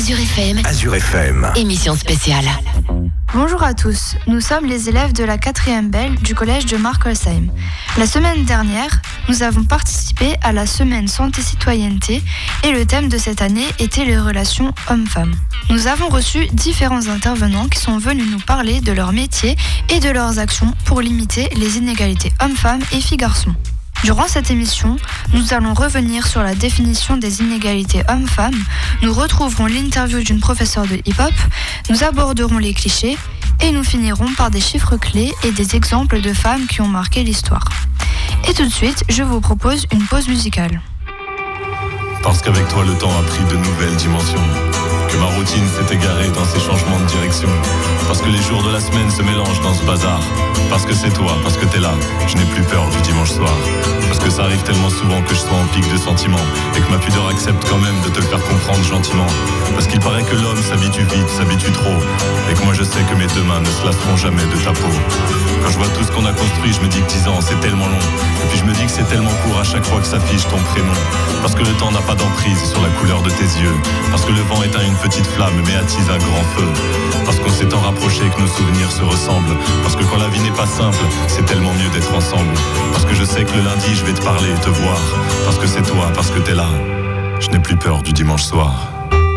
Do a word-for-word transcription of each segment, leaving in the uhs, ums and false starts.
Azure F M. Azure F M. Émission spéciale. Bonjour à tous, nous sommes les élèves de la quatrième Belle du collège de Markolsheim. La semaine dernière, nous avons participé à la semaine santé-citoyenneté et le thème de cette année était les relations hommes-femmes. Nous avons reçu différents intervenants qui sont venus nous parler de leur métier et de leurs actions pour limiter les inégalités hommes-femmes et filles-garçons. Durant cette émission, nous allons revenir sur la définition des inégalités hommes-femmes, nous retrouverons l'interview d'une professeure de hip-hop, nous aborderons les clichés et nous finirons par des chiffres clés et des exemples de femmes qui ont marqué l'histoire. Et tout de suite, je vous propose une pause musicale. Parce qu'avec toi, le temps a pris de nouvelles dimensions. Que ma routine s'est égarée dans ces changements de direction. Parce que les jours de la semaine se mélangent dans ce bazar. Parce que c'est toi, parce que t'es là, je n'ai plus peur du dimanche soir. Parce que ça arrive tellement souvent que je sois en pic de sentiments. Et que ma pudeur accepte quand même de te le faire comprendre gentiment. Parce qu'il paraît que l'homme s'habitue vite, s'habitue trop. Et que moi je sais que mes deux mains ne se lasseront jamais de ta peau. Quand je vois tout ce qu'on a construit, je me dis que dix ans c'est tellement long. Et puis je me dis que c'est tellement court à chaque fois que s'affiche ton prénom. Parce que le temps n'a pas d'emprise sur la couleur de tes yeux. Parce que le vent éteint une petite flamme mais attise un grand feu. Parce qu'on s'est tant rapproché que nos souvenirs se ressemblent. Parce que quand la vie n'est pas simple, c'est tellement mieux d'être ensemble. Parce que je sais que le lundi je vais te parler et te voir. Parce que c'est toi, parce que t'es là, je n'ai plus peur du dimanche soir.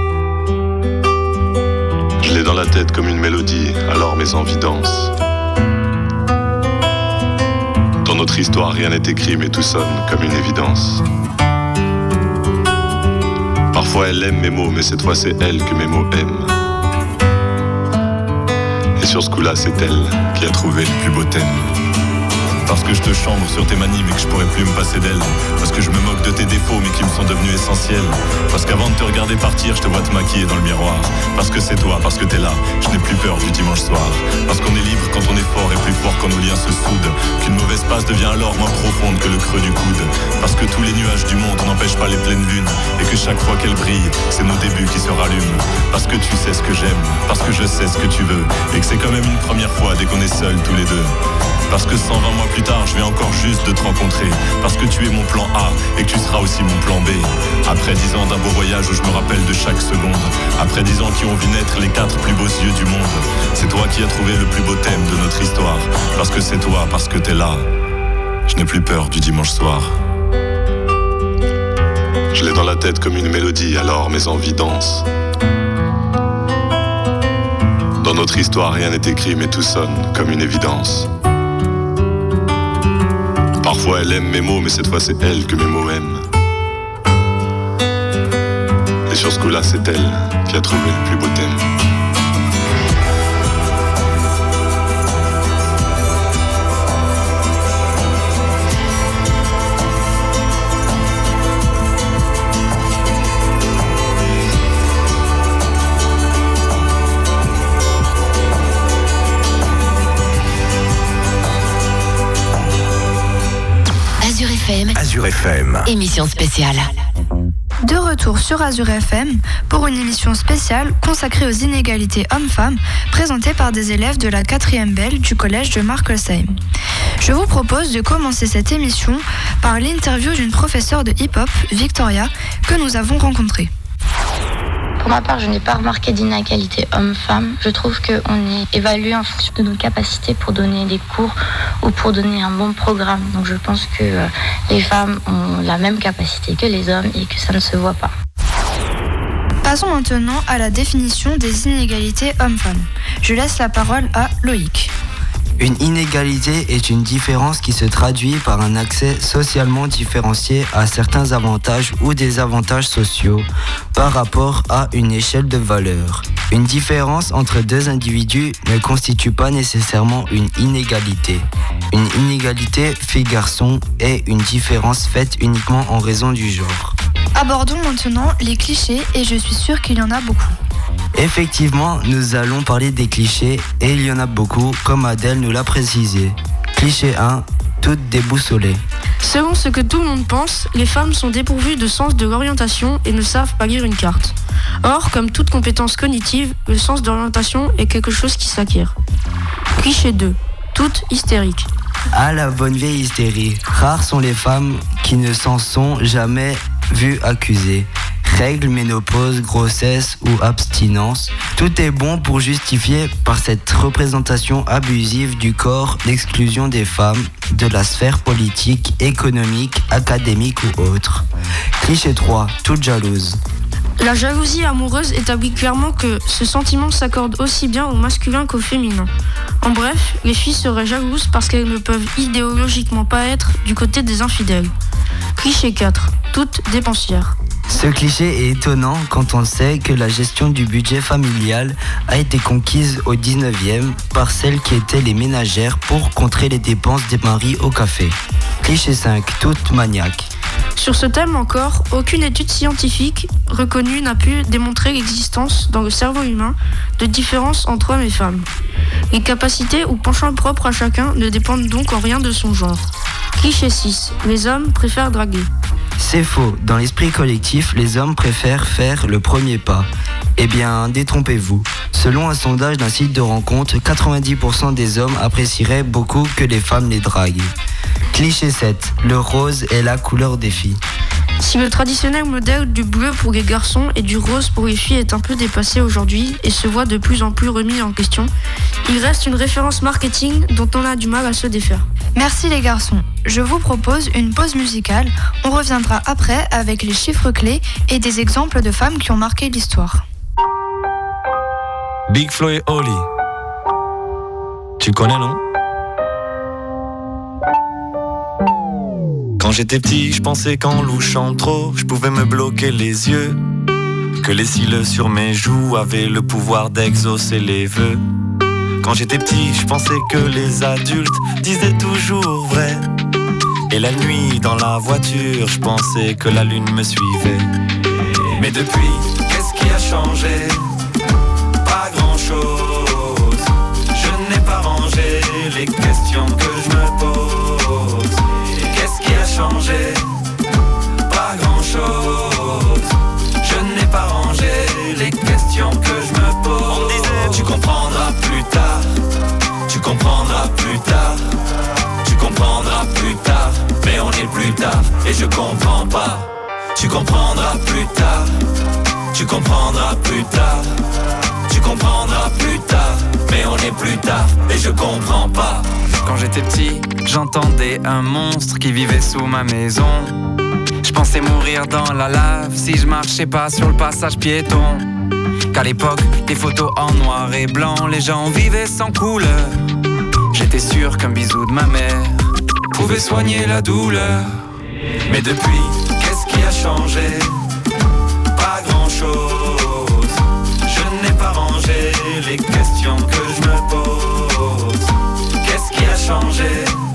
Je l'ai dans la tête comme une mélodie, alors mes envies dansent. Dans notre histoire rien n'est écrit mais tout sonne comme une évidence. Parfois elle aime mes mots, mais cette fois c'est elle que mes mots aiment. Et sur ce coup-là, c'est elle qui a trouvé le plus beau thème. Parce que je te chambre sur tes manies mais que je pourrais plus me passer d'elle. Parce que je me moque de tes défauts mais qui me sont devenus essentiels. Parce qu'avant de te regarder partir, je te vois te maquiller dans le miroir. Parce que c'est toi, parce que t'es là, je n'ai plus peur du dimanche soir. Parce qu'on est libre quand on est fort et plus fort quand nos liens se soudent. Qu'une mauvaise passe devient alors moins profonde que le creux du coude. Parce que tous les nuages du monde n'empêchent pas les pleines lunes. Et que chaque fois qu'elles brillent, c'est nos débuts qui se rallument. Parce que tu sais ce que j'aime, parce que je sais ce que tu veux. Et que c'est quand même une première fois dès qu'on est seuls tous les deux. Parce que cent vingt mois plus tard, je vais encore juste de te rencontrer. Parce que tu es mon plan A et que tu seras aussi mon plan B. Après dix ans d'un beau voyage où je me rappelle de chaque seconde. Après dix ans qui ont vu naître les quatre plus beaux yeux du monde. C'est toi qui as trouvé le plus beau thème de notre histoire. Parce que c'est toi, parce que t'es là, je n'ai plus peur du dimanche soir. Je l'ai dans la tête comme une mélodie, alors mes envies dansent. Dans notre histoire rien n'est écrit mais tout sonne comme une évidence. Parfois elle aime mes mots, mais cette fois c'est elle que mes mots aiment. Et sur ce coup-là, c'est elle qui a trouvé le plus beau thème. Azure F M. Émission spéciale. De retour sur Azure F M pour une émission spéciale consacrée aux inégalités hommes-femmes présentée par des élèves de la quatrième Belle du collège de Markolsheim. Je vous propose de commencer cette émission par l'interview d'une professeure de hip-hop, Victoria, que nous avons rencontrée. Pour ma part, je n'ai pas remarqué d'inégalité homme-femme. Je trouve qu'on est évalué en fonction de nos capacités pour donner des cours ou pour donner un bon programme. Donc je pense que euh, les femmes ont la même capacité que les hommes et que ça ne se voit pas. Passons maintenant à la définition des inégalités hommes-femmes. Je laisse la parole à Loïc. Une inégalité est une différence qui se traduit par un accès socialement différencié à certains avantages ou désavantages sociaux par rapport à une échelle de valeur. Une différence entre deux individus ne constitue pas nécessairement une inégalité. Une inégalité fille-garçon est une différence faite uniquement en raison du genre. Abordons maintenant les clichés et je suis sûre qu'il y en a beaucoup. Effectivement, nous allons parler des clichés et il y en a beaucoup, comme Adèle nous l'a précisé. Cliché un, toutes déboussolées. Selon ce que tout le monde pense, les femmes sont dépourvues de sens de l'orientation et ne savent pas lire une carte. Or, comme toute compétence cognitive, le sens d'orientation est quelque chose qui s'acquiert. Cliché deux, toutes hystériques. Ah, la bonne vieille hystérie. Rares sont les femmes qui ne s'en sont jamais vues accusées. Règles, ménopause, grossesse ou abstinence, tout est bon pour justifier par cette représentation abusive du corps l'exclusion des femmes de la sphère politique, économique, académique ou autre. Cliché trois, toute jalouse. La jalousie amoureuse établit clairement que ce sentiment s'accorde aussi bien au masculin qu'au féminin. En bref, les filles seraient jalouses parce qu'elles ne peuvent idéologiquement pas être du côté des infidèles. Cliché quatre, toute dépensière. Ce cliché est étonnant quand on sait que la gestion du budget familial a été conquise au dix-neuvième par celles qui étaient les ménagères pour contrer les dépenses des maris au café. Cliché cinq, toute maniaque. Sur ce thème encore, aucune étude scientifique reconnue n'a pu démontrer l'existence dans le cerveau humain de différences entre hommes et femmes. Les capacités ou penchants propres à chacun ne dépendent donc en rien de son genre. Cliché six, les hommes préfèrent draguer. C'est faux. Dans l'esprit collectif, les hommes préfèrent faire le premier pas. Eh bien, détrompez-vous. Selon un sondage d'un site de rencontre, quatre-vingt-dix pour cent des hommes apprécieraient beaucoup que les femmes les draguent. Cliché sept. Le rose est la couleur des filles. Si le traditionnel modèle du bleu pour les garçons et du rose pour les filles est un peu dépassé aujourd'hui et se voit de plus en plus remis en question, il reste une référence marketing dont on a du mal à se défaire. Merci les garçons. Je vous propose une pause musicale. On reviendra après avec les chiffres clés et des exemples de femmes qui ont marqué l'histoire. Big Flo et Oli. Tu connais, non? Quand j'étais petit, je pensais qu'en louchant trop, je pouvais me bloquer les yeux. Que les cils sur mes joues avaient le pouvoir d'exaucer les vœux. Quand j'étais petit, je pensais que les adultes disaient toujours vrai. Et la nuit, dans la voiture, je pensais que la lune me suivait. Mais depuis, qu'est-ce qui a changé? Pas grand-chose. Je n'ai pas rangé les questions que je me pose. Qu'est-ce qui a changé? Pas grand-chose. Je n'ai pas rangé les questions que je me pose. On me disait, tu comprendras plus tard. Tu comprendras plus tard. Tu comprendras plus tard. Mais on est plus tard et je comprends pas. Tu comprendras plus tard. Tu comprendras plus tard. Tu comprendras plus tard. Mais on est plus tard et je comprends pas. Quand j'étais petit, j'entendais un monstre qui vivait sous ma maison. Je pensais mourir dans la lave si je marchais pas sur le passage piéton. Qu'à l'époque, des photos en noir et blanc, les gens vivaient sans couleur. J'étais sûr qu'un bisou de ma mère pouvait soigner la douleur. Mais depuis, qu'est-ce qui a changé? Pas grand-chose. Je n'ai pas rangé les questions que je me pose. Qu'est-ce qui a changé?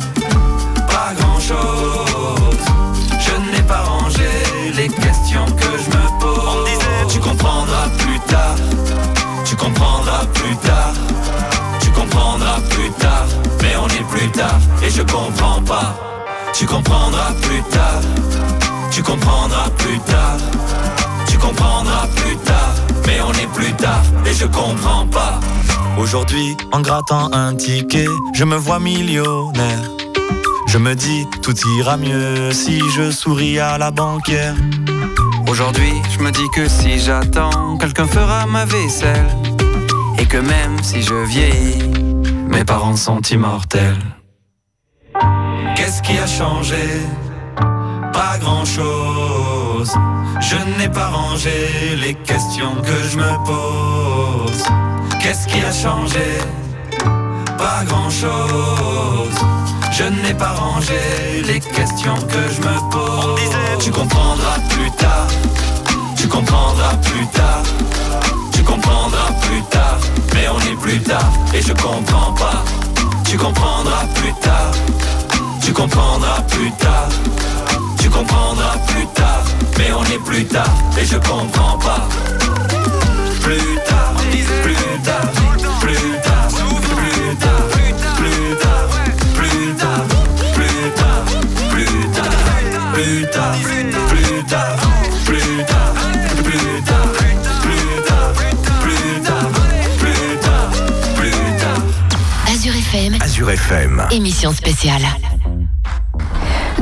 Pas grand-chose. Je n'ai pas rangé les questions que je me pose. On me disait, tu comprendras plus tard. Tu comprendras plus tard. Tu comprendras plus tard. Mais on est plus tard et je comprends pas. Tu comprendras plus tard. Tu comprendras plus tard. Tu comprendras plus tard. Mais on est plus tard et je comprends pas. Aujourd'hui, en grattant un ticket, je me vois millionnaire. Je me dis, tout ira mieux si je souris à la banquière. Aujourd'hui, je me dis que si j'attends, quelqu'un fera ma vaisselle. Et que même si je vieillis, mes parents sont immortels. Qu'est-ce qui a changé? Pas grand-chose. Je n'ai pas rangé les questions que je me pose. Qu'est-ce qui a changé? Pas grand-chose. Je n'ai pas rangé les questions que je me pose. On me disait, tu comprendras plus tard. Tu comprendras plus tard. Tu comprendras plus tard. Mais on est plus tard et je comprends pas. Tu comprendras plus tard. Tu comprendras plus tard. Tu comprendras plus tard. Mais on est plus tard et je comprends pas. Plus tard, plus tard, plus tard, plus tard, plus tard, plus tard, plus tard, plus tard, plus tard, plus tard, plus tard, plus tard, plus tard, plus tard, plus tard, plus tard. Azure F M. Azure F M. Émission spéciale. De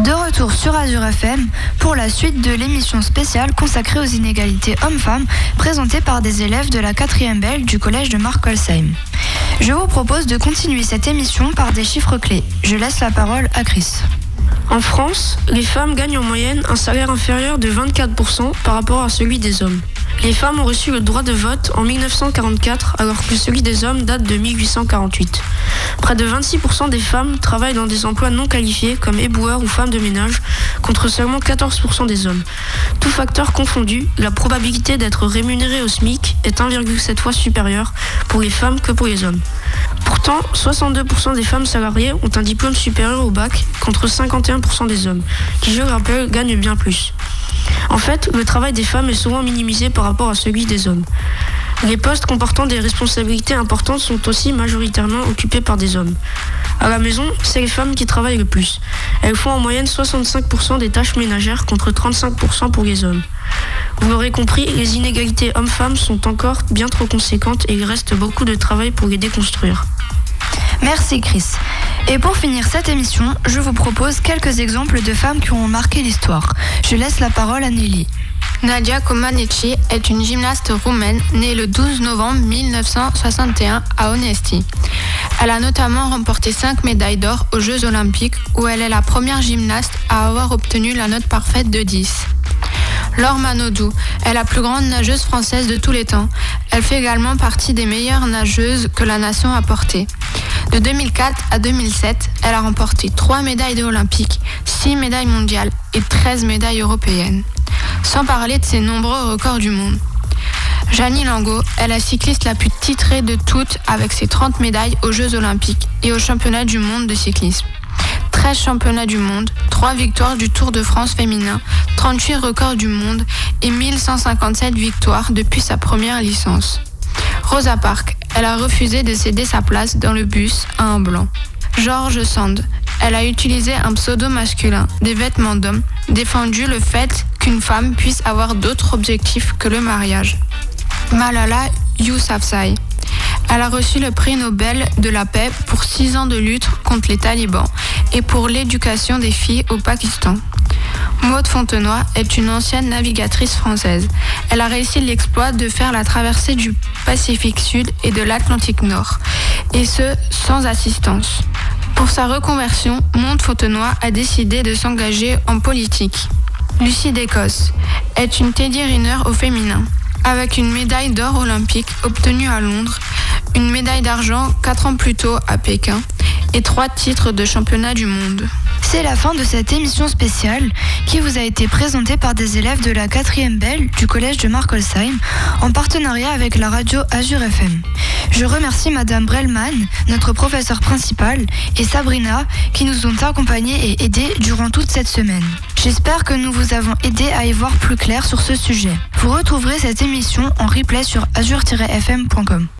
De retour sur Azure F M pour la suite de l'émission spéciale consacrée aux inégalités hommes-femmes présentée par des élèves de la quatrième Belle du collège de Markolsheim. Je vous propose de continuer cette émission par des chiffres clés. Je laisse la parole à Chris. En France, les femmes gagnent en moyenne un salaire inférieur de vingt-quatre pour cent par rapport à celui des hommes. Les femmes ont reçu le droit de vote en mille neuf cent quarante-quatre alors que celui des hommes date de mille huit cent quarante-huit. Près de vingt-six pour cent des femmes travaillent dans des emplois non qualifiés comme éboueurs ou femmes de ménage contre seulement quatorze pour cent des hommes. Tout facteur confondu, la probabilité d'être rémunérée au SMIC est un virgule sept fois supérieure pour les femmes que pour les hommes. Pourtant, soixante-deux pour cent des femmes salariées ont un diplôme supérieur au bac contre cinquante et un pour cent des hommes, qui, je le rappelle, gagnent bien plus. En fait, le travail des femmes est souvent minimisé par rapport à celui des hommes. Les postes comportant des responsabilités importantes sont aussi majoritairement occupés par des hommes. À la maison, c'est les femmes qui travaillent le plus. Elles font en moyenne soixante-cinq pour cent des tâches ménagères contre trente-cinq pour cent pour les hommes. Vous l'aurez compris, les inégalités hommes-femmes sont encore bien trop conséquentes et il reste beaucoup de travail pour les déconstruire. Merci Chris. Et pour finir cette émission, je vous propose quelques exemples de femmes qui ont marqué l'histoire. Je laisse la parole à Nelly. Nadia Comaneci est une gymnaste roumaine née le douze novembre mille neuf cent soixante et un à Onesti. Elle a notamment remporté cinq médailles d'or aux Jeux Olympiques où elle est la première gymnaste à avoir obtenu la note parfaite de dix. Laure Manodou est la plus grande nageuse française de tous les temps. Elle fait également partie des meilleures nageuses que la nation a portées. De deux mille quatre à deux mille sept, elle a remporté trois médailles olympiques, six médailles mondiales et treize médailles européennes. Sans parler de ses nombreux records du monde. Jeannie Langot est la cycliste la plus titrée de toutes avec ses trente médailles aux Jeux Olympiques et aux Championnats du monde de cyclisme. treize championnats du monde, trois victoires du Tour de France féminin, trente-huit records du monde et mille cent cinquante-sept victoires depuis sa première licence. Rosa Parks, elle a refusé de céder sa place dans le bus à un blanc. George Sand, elle a utilisé un pseudo masculin, des vêtements d'homme, défendu le fait qu'une femme puisse avoir d'autres objectifs que le mariage. Malala Yousafzai, elle a reçu le prix Nobel de la paix pour six ans de lutte contre les talibans et pour l'éducation des filles au Pakistan. Maude Fontenoy est une ancienne navigatrice française. Elle a réussi l'exploit de faire la traversée du Pacifique Sud et de l'Atlantique Nord, et ce, sans assistance. Pour sa reconversion, Maude Fontenoy a décidé de s'engager en politique. Lucie Décosse est une Teddy Riner au féminin, avec une médaille d'or olympique obtenue à Londres, une médaille d'argent quatre ans plus tôt à Pékin et trois titres de championnat du monde. C'est la fin de cette émission spéciale qui vous a été présentée par des élèves de la quatrième Belle du collège de Markolsheim en partenariat avec la radio Azure F M. Je remercie Madame Brelman, notre professeure principale, et Sabrina qui nous ont accompagnés et aidés durant toute cette semaine. J'espère que nous vous avons aidé à y voir plus clair sur ce sujet. Vous retrouverez cette émission en replay sur azure tiret f m point com.